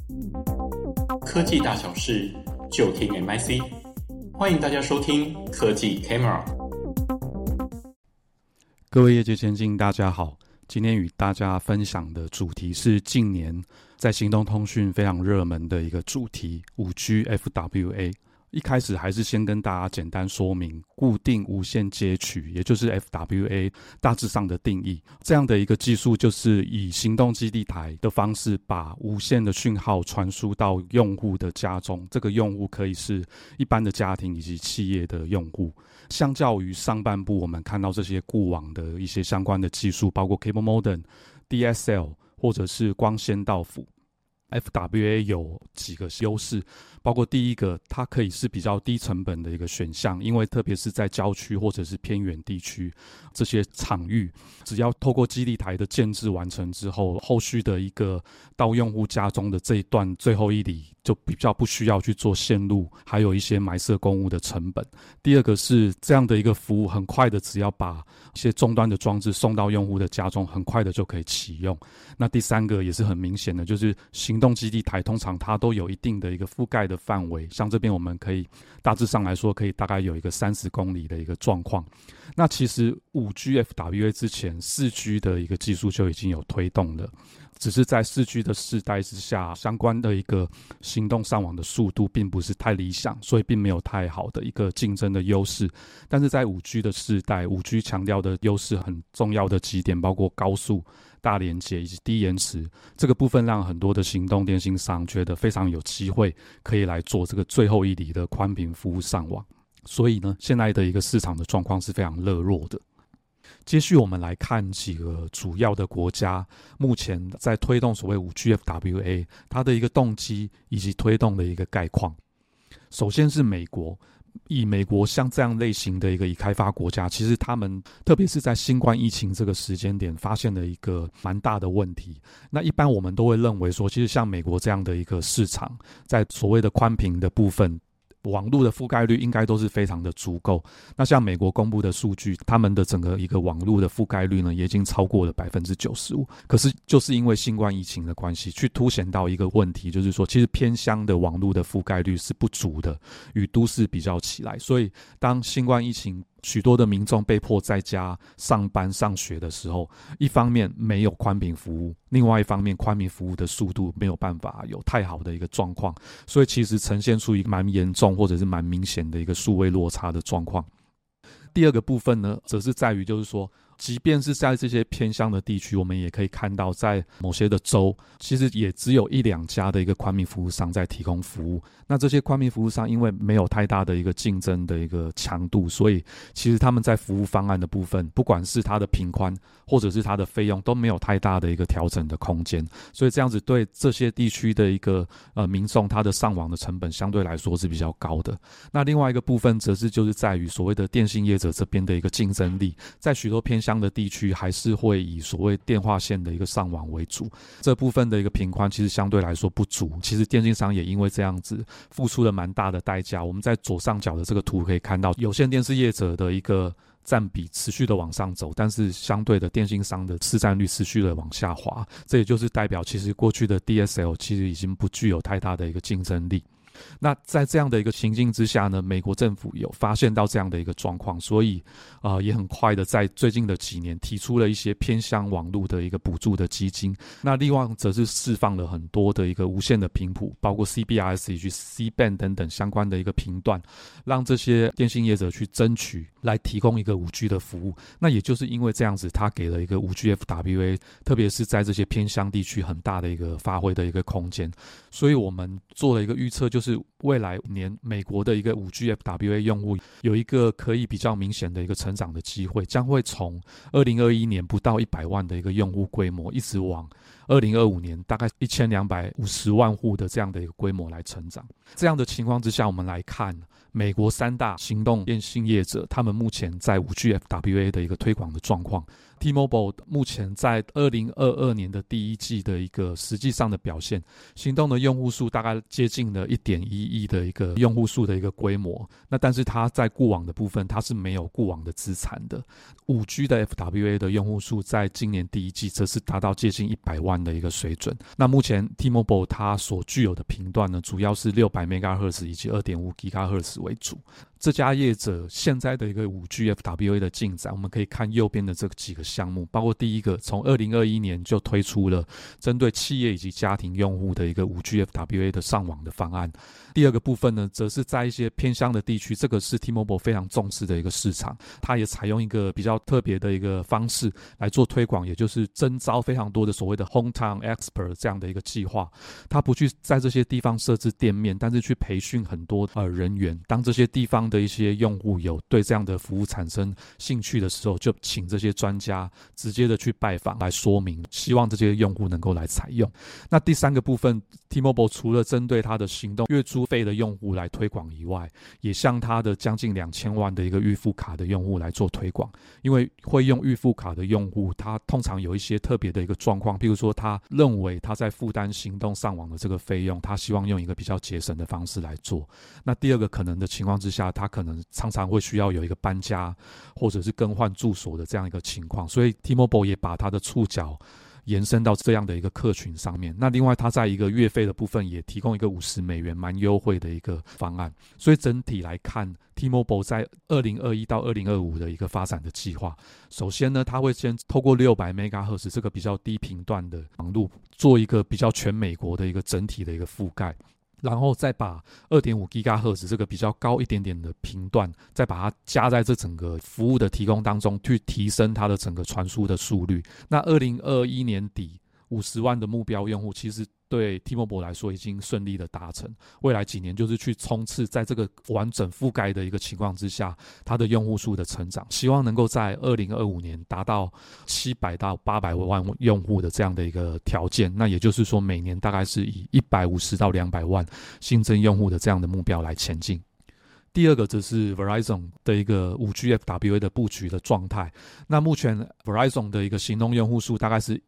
科技大小事就听 MIC， 欢迎大家收听科技 Camera。 各位业界先进大家好，今天与大家分享的主题是近年在行动通讯非常热门的一个主题 5G FWA。一开始还是先跟大家简单说明固定无线接取，也就是 FWA 大致上的定义。这样的一个技术就是以行动基地台的方式把无线的讯号传输到用户的家中，这个用户可以是一般的家庭以及企业的用户。相较于上半部我们看到这些固网的一些相关的技术，包括 Cable Modem、DSL 或者是光纤到府， FWA 有几个优势，包括第一个，它可以是比较低成本的一个选项，因为特别是在郊区或者是偏远地区这些场域，只要透过基地台的建制完成之后，后续的一个到用户家中的这一段最后一里就比较不需要去做线路还有一些埋设公务的成本。第二个是这样的一个服务很快的，只要把一些终端的装置送到用户的家中，很快的就可以启用。那第三个也是很明显的，就是行动基地台通常它都有一定的一个覆盖的范围，像这边我们可以大致上来说可以大概有一个30公里的一个状况。那其实 5G FWA 之前 4G 的一个技术就已经有推动了，只是在 4G 的世代之下，相关的一个行动上网的速度并不是太理想，所以并没有太好的一个竞争的优势。但是在 5G 的世代， 5G 强调的优势很重要的几点，包括高速、大连接以及低延迟，这个部分让很多的行动电信商觉得非常有机会可以来做这个最后一里的宽频服务上网。所以呢，现在的一个市场的状况是非常热络的。接续我们来看几个主要的国家目前在推动所谓 5G FWA 它的一个动机以及推动的一个概况。首先是美国，以美国像这样类型的一个已开发国家，其实他们特别是在新冠疫情这个时间点发现了一个蛮大的问题。那一般我们都会认为说，其实像美国这样的一个市场，在所谓的宽频的部分，网络的覆盖率应该都是非常的足够。那像美国公布的数据，他们的整个一个网络的覆盖率呢，也已经超过了 95%。可是就是因为新冠疫情的关系，去凸显到一个问题，就是说其实偏乡的网络的覆盖率是不足的，与都市比较起来。所以当新冠疫情许多的民众被迫在家上班上学的时候，一方面没有宽频服务，另外一方面宽频服务的速度没有办法有太好的一个状况，所以其实呈现出一个蛮严重或者是蛮明显的一个数位落差的状况。第二个部分呢，则是在于就是说，即便是在这些偏乡的地区，我们也可以看到在某些的州其实也只有1-2家的一个宽频服务商在提供服务。那这些宽频服务商因为没有太大的一个竞争的一个强度，所以其实他们在服务方案的部分，不管是它的频宽或者是它的费用，都没有太大的一个调整的空间。所以这样子对这些地区的一个民众，他的上网的成本相对来说是比较高的。那另外一个部分则是就是在于所谓的电信业者这边的一个竞争力，在许多偏乡的地区还是会以所谓电话线的一个上网为主，这部分的一个频宽其实相对来说不足。其实电信商也因为这样子付出了蛮大的代价。我们在左上角的这个图可以看到，有线电视业者的一个占比持续的往上走，但是相对的电信商的市占率持续的往下滑。这也就是代表其实过去的 DSL 其实已经不具有太大的一个竞争力。那在这样的一个情境之下呢，美国政府有发现到这样的一个状况，所以也很快的在最近的几年提出了一些偏乡网络的一个补助的基金。那另外则是释放了很多的一个无线的频谱，包括 CBRS 以及 C-band 等等相关的一个频段，让这些电信业者去争取来提供一个 5G 的服务。那也就是因为这样子，他给了一个 5G FWA， 特别是在这些偏乡地区很大的一个发挥的一个空间。所以我们做了一个预测，就是未来5年美国的一个 5G FWA 用户有一个可以比较明显的一个成长的机会，将会从2021年不到100万的一个用户规模，一直往2025年大概1250万户的这样的一个规模来成长。这样的情况之下，我们来看美国3大行动电信业者他们目前在 5G FWA 的一个推广的状况。T-Mobile 目前在2022年的第一季的一个实际上的表现，行动的用户数大概接近了 1.1 亿的一个用户数的一个规模。那但是它在固网的部分，它是没有固网的资产的。5G 的 FWA 的用户数在今年第一季则是达到接近100万万的一个水准。那目前 T-Mobile 它所具有的频段呢，主要是600 MHz 以及 2.5 GHz 为主。这家业者现在的一个 5G FWA 的进展，我们可以看右边的这几个项目，包括第一个从2021年就推出了针对企业以及家庭用户的一个 5G FWA 的上网的方案。第二个部分呢，则是在一些偏乡的地区，这个是 T-Mobile 非常重视的一个市场，它也采用一个比较特别的一个方式来做推广，也就是征召非常多的所谓的 Hometown Expert 这样的一个计划。它不去在这些地方设置店面，但是去培训很多人员，当这些地方的一些用户有对这样的服务产生兴趣的时候，就请这些专家直接的去拜访来说明，希望这些用户能够来采用。那第三个部分， T-Mobile 除了针对它的行动月租费的用户来推广以外，也向它的将近2000万的一个预付卡的用户来做推广。因为会用预付卡的用户，他通常有一些特别的一个状况，譬如说他认为他在负担行动上网的这个费用，他希望用一个比较节省的方式来做。那第二个可能的情况之下，他可能常常会需要有一个搬家或者是更换住所的这样一个情况，所以 T-Mobile 也把它的触角延伸到这样的一个客群上面。那另外它在一个月费的部分也提供一个$50蛮优惠的一个方案。所以整体来看， T-Mobile 在2021到2025的一个发展的计划，首先呢，它会先透过600 MHz 这个比较低频段的网路做一个比较全美国的一个整体的一个覆盖，然后再把 2.5 GHz 这个比较高一点点的频段，再把它加在这整个服务的提供当中，去提升它的整个传输的速率。那2021年底50万的目标用户，其实对 T-Mobile 来说已经顺利的达成。未来几年就是去冲刺在这个完整覆盖的一个情况之下，它的用户数的成长，希望能够在2025年达到700到800万用户的这样的一个条件。那也就是说，每年大概是以150到200万新增用户的这样的目标来前进。第二个则是 Verizon 的一个 5G FWA 的布局的状态。那目前 Verizon 的一个行动用户数大概是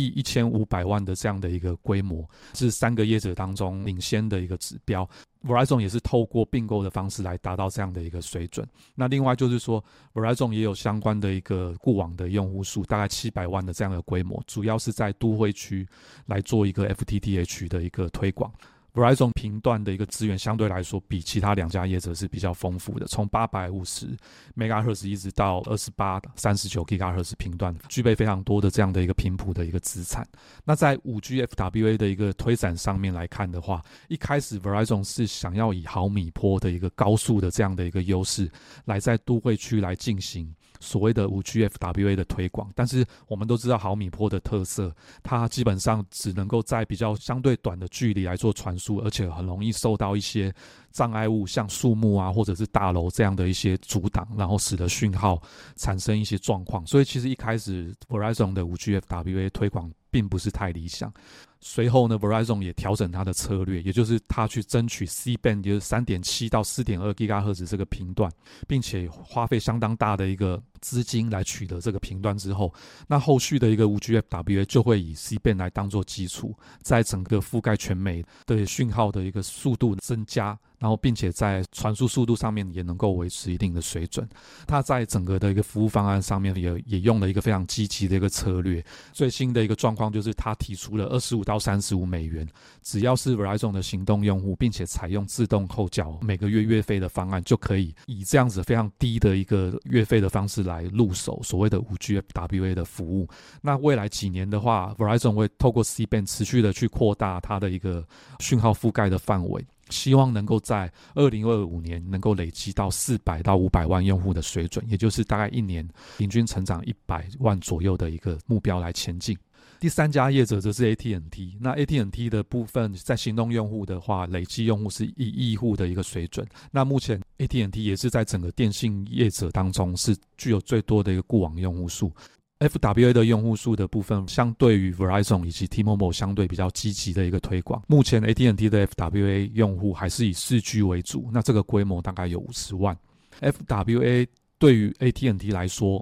11500万的这样的一个规模，是3个业者当中领先的一个指标。Verizon 也是透过并购的方式来达到这样的一个水准。那另外就是说 Verizon 也有相关的一个固网的用户数，大概700万的这样的规模，主要是在都会区来做一个 FTTH 的一个推广。Verizon 频段的一个资源相对来说比其他2家业者是比较丰富的，从850 MHz 一直到28、39 GHz 频段，具备非常多的这样的一个频谱的一个资产。那在 5G FWA 的一个推展上面来看的话，一开始 Verizon 是想要以毫米波的一个高速的这样的一个优势，来在都会区来进行所谓的 5G FWA 的推广。但是我们都知道毫米波的特色，它基本上只能够在比较相对短的距离来做传输，而且很容易受到一些障碍物，像树木啊或者是大楼这样的一些阻挡，然后使得讯号产生一些状况。所以其实一开始 Verizon 的 5G FWA 推广并不是太理想。随后呢 Verizon 也调整它的策略，也就是它去争取 C-band， 就是 3.7 到 4.2 GHz 这个频段，并且花费相当大的一个资金来取得这个频段之后，那后续的一个 5G FWA 就会以 C-band 来当做基础，在整个覆盖全美的讯号的一个速度增加，然后并且在传输速度上面也能够维持一定的水准。它在整个的一个服务方案上面也用了一个非常积极的一个策略。最新的一个状况就是它提出了25到35美元，只要是 Verizon 的行动用户，并且采用自动扣缴每个月月费的方案，就可以以这样子非常低的一个月费的方式来入手所谓的 5G FWA 的服务。那未来几年的话， Verizon 会透过 C-band 持续的去扩大它的一个讯号覆盖的范围，希望能够在2025年能够累积到400到500万用户的水准，也就是大概一年平均成长100万左右的一个目标来前进。第3家业者则是 AT&T。 那 AT&T 的部分在行动用户的话，累计用户是1亿户的一个水准。那目前 AT&T 也是在整个电信业者当中是具有最多的一个固网用户数。FWA 的用户数的部分，相对于 Verizon 以及 T-Mobile 相对比较积极的一个推广。目前 AT&T 的 FWA 用户还是以4G 为主，那这个规模大概有50万。FWA 对于 AT&T 来说，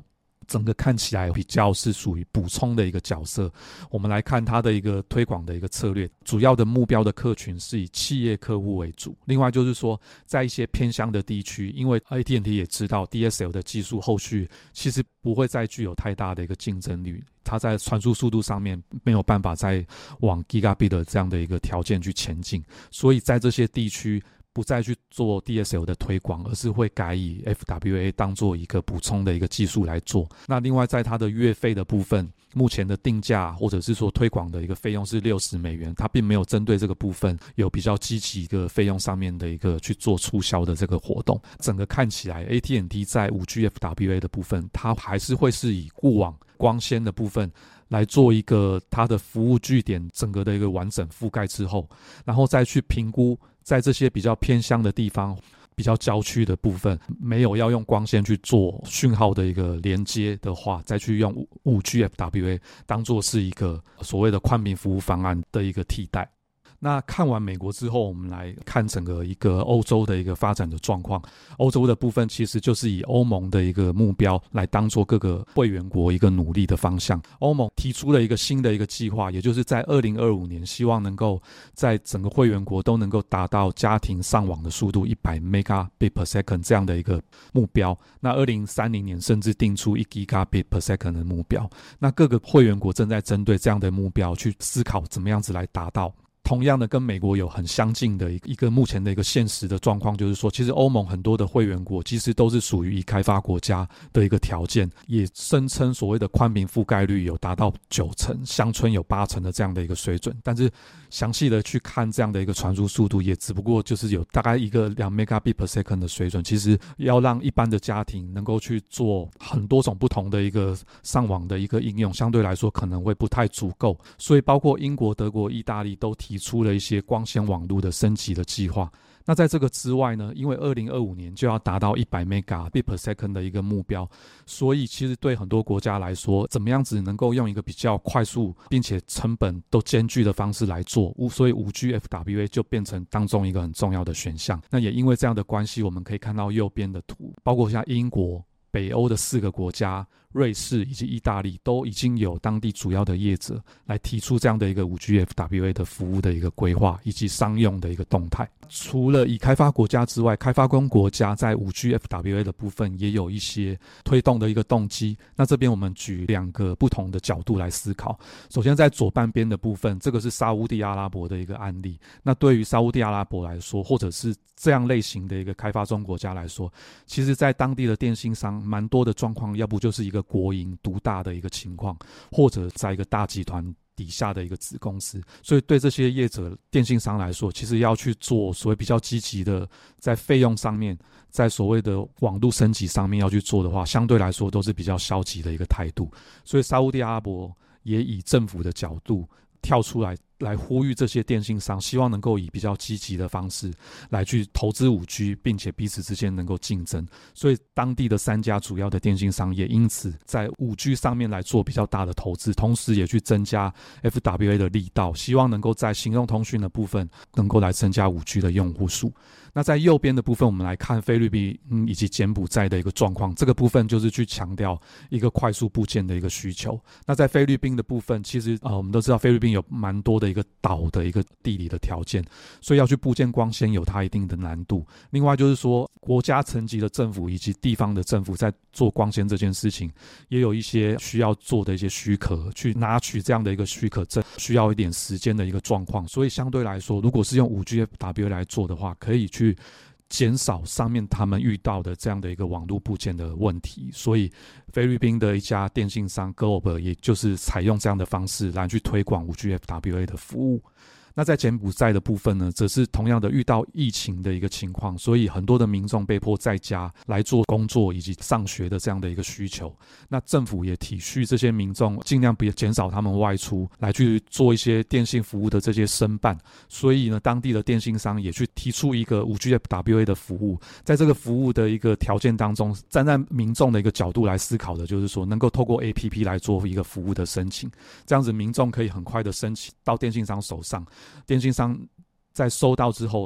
整个看起来比较是属于补充的一个角色。我们来看它的一个推广的一个策略，主要的目标的客群是以企业客户为主。另外就是说，在一些偏乡的地区，因为 AT&T 也知道 DSL 的技术后续其实不会再具有太大的一个竞争力，它在传输速度上面没有办法再往 Gigabit 的这样的一个条件去前进，所以在这些地区不再去做 DSL 的推广，而是会改以 FWA 当做一个补充的一个技术来做。那另外在它的月费的部分，目前的定价或者是说推广的一个费用是$60，它并没有针对这个部分有比较积极的费用上面的一个去做促销的这个活动。整个看起来 AT&T 在 5G FWA 的部分，它还是会是以固网光纤的部分来做一个它的服务据点整个的一个完整覆盖之后，然后再去评估在这些比较偏乡的地方，比较郊区的部分没有要用光纤去做讯号的一个连接的话，再去用 5G FWA 当作是一个所谓的宽频服务方案的一个替代。那看完美国之后，我们来看整个一个欧洲的一个发展的状况。欧洲的部分其实就是以欧盟的一个目标来当做各个会员国一个努力的方向。欧盟提出了一个新的一个计划，也就是在2025年希望能够在整个会员国都能够达到家庭上网的速度100 Megabit per second 这样的一个目标。那2030年甚至定出1 Gigabit per second 的目标。那各个会员国正在针对这样的目标去思考怎么样子来达到。同样的跟美国有很相近的一个目前的一个现实的状况，就是说其实欧盟很多的会员国其实都是属于已开发国家的一个条件，也声称所谓的宽频覆盖率有达到90%，乡村有80%的这样的一个水准，但是详细的去看这样的一个传输速度，也只不过就是有大概一个2 Megabit per second 的水准，其实要让一般的家庭能够去做很多种不同的一个上网的一个应用，相对来说可能会不太足够，所以包括英国、德国、意大利都提出了一些光纤网络的升级的计划。那在这个之外呢，因为2025年就要达到100 Megabit per second 的一个目标，所以其实对很多国家来说，怎么样子能够用一个比较快速并且成本都兼具的方式来做，所以 5G FWA 就变成当中一个很重要的选项。那也因为这样的关系，我们可以看到右边的图，包括像英国、北欧的4个国家、瑞士以及意大利都已经有当地主要的业者来提出这样的一个 5G FWA 的服务的一个规划以及商用的一个动态。除了已开发国家之外，开发中国家在 5G FWA 的部分也有一些推动的一个动机。那这边我们举2个不同的角度来思考。首先在左半边的部分，这个是沙烏地阿拉伯的一个案例。那对于沙烏地阿拉伯来说，或者是这样类型的一个开发中国家来说，其实在当地的电信商蛮多的状况，要不就是一个国营独大的一个情况，或者在一个大集团底下的一个子公司，所以对这些业者电信商来说，其实要去做所谓比较积极的在费用上面，在所谓的网络升级上面要去做的话，相对来说都是比较消极的一个态度。所以沙烏地阿拉伯也以政府的角度跳出来呼吁这些电信商，希望能够以比较积极的方式来去投资 5G， 并且彼此之间能够竞争。所以当地的3家主要的电信商也因此在 5G 上面来做比较大的投资，同时也去增加 FWA 的力道，希望能够在行动通讯的部分能够来增加 5G 的用户数。那在右边的部分，我们来看菲律宾以及柬埔寨的一个状况。这个部分就是去强调一个快速部件的一个需求。那在菲律宾的部分，其实我们都知道菲律宾有蛮多的一个岛的一个地理的条件，所以要去部件光纤有它一定的难度。另外就是说，国家层级的政府以及地方的政府在做光纤这件事情，也有一些需要做的一些许可，去拿取这样的一个许可证，需要一点时间的一个状况。所以相对来说，如果是用 5G FWA 来做的话，可以去减少上面他们遇到的这样的一个网络部件的问题。所以菲律宾的一家电信商 Globe 也就是采用这样的方式来去推广 5G FWA 的服务。那在柬埔寨的部分呢，则是同样的遇到疫情的一个情况，所以很多的民众被迫在家来做工作以及上学的这样的一个需求。那政府也体恤这些民众，尽量别减少他们外出，来去做一些电信服务的这些申办。所以呢，当地的电信商也去提出一个 5G FWA 的服务。在这个服务的一个条件当中，站在民众的一个角度来思考的，就是说能够透过 APP 来做一个服务的申请，这样子民众可以很快的申请到电信商手上。电信商在收到之后，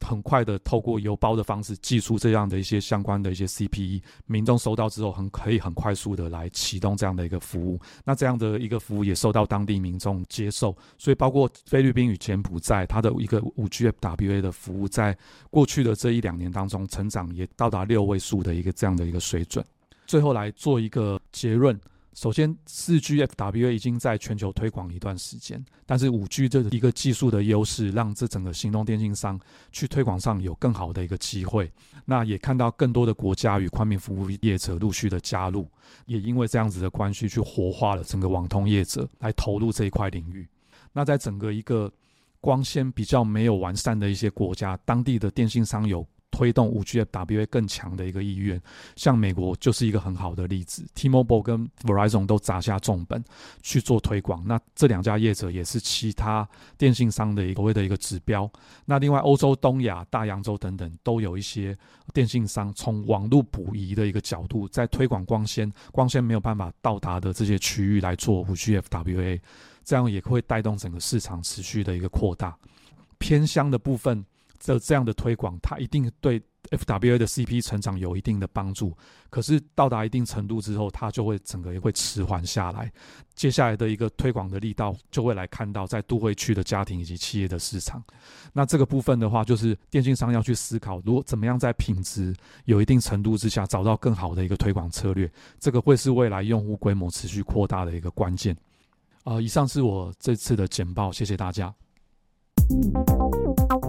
很快的透过邮包的方式寄出这样的一些相关的一些 CPE， 民众收到之后可以很快速的来启动这样的一个服务。那这样的一个服务也受到当地民众接受，所以包括菲律宾与柬埔寨它的一个 5G FWA 的服务，在过去的这1-2年当中成长也到达6位数的一个这样的一个水准。最后来做一个结论，首先 4G FWA 已经在全球推广一段时间，但是 5G 这一个技术的优势让这整个行动电信商去推广上有更好的一个机会。那也看到更多的国家与宽频服务业者陆续的加入，也因为这样子的关系去活化了整个网通业者来投入这一块领域。那在整个一个光纤比较没有完善的一些国家，当地的电信商有推动 5G FWA 更强的一个意愿，像美国就是一个很好的例子， T-Mobile 跟 Verizon 都砸下重本去做推广，那这2家业者也是其他电信商的所谓的一个指标。那另外欧洲、东亚、大洋洲等等都有一些电信商从网络补遗的一个角度，在推广光纤没有办法到达的这些区域来做 5G FWA， 这样也会带动整个市场持续的一个扩大。偏乡的部分这样的推广，它一定对 FWA 的 CP 成长有一定的帮助，可是到达一定程度之后，它就会整个也会迟缓下来。接下来的一个推广的力道就会来看到在都会区的家庭以及企业的市场。那这个部分的话，就是电信商要去思考，如果怎么样在品质有一定程度之下找到更好的一个推广策略，这个会是未来用户规模持续扩大的一个关键。以上是我这次的简报，谢谢大家。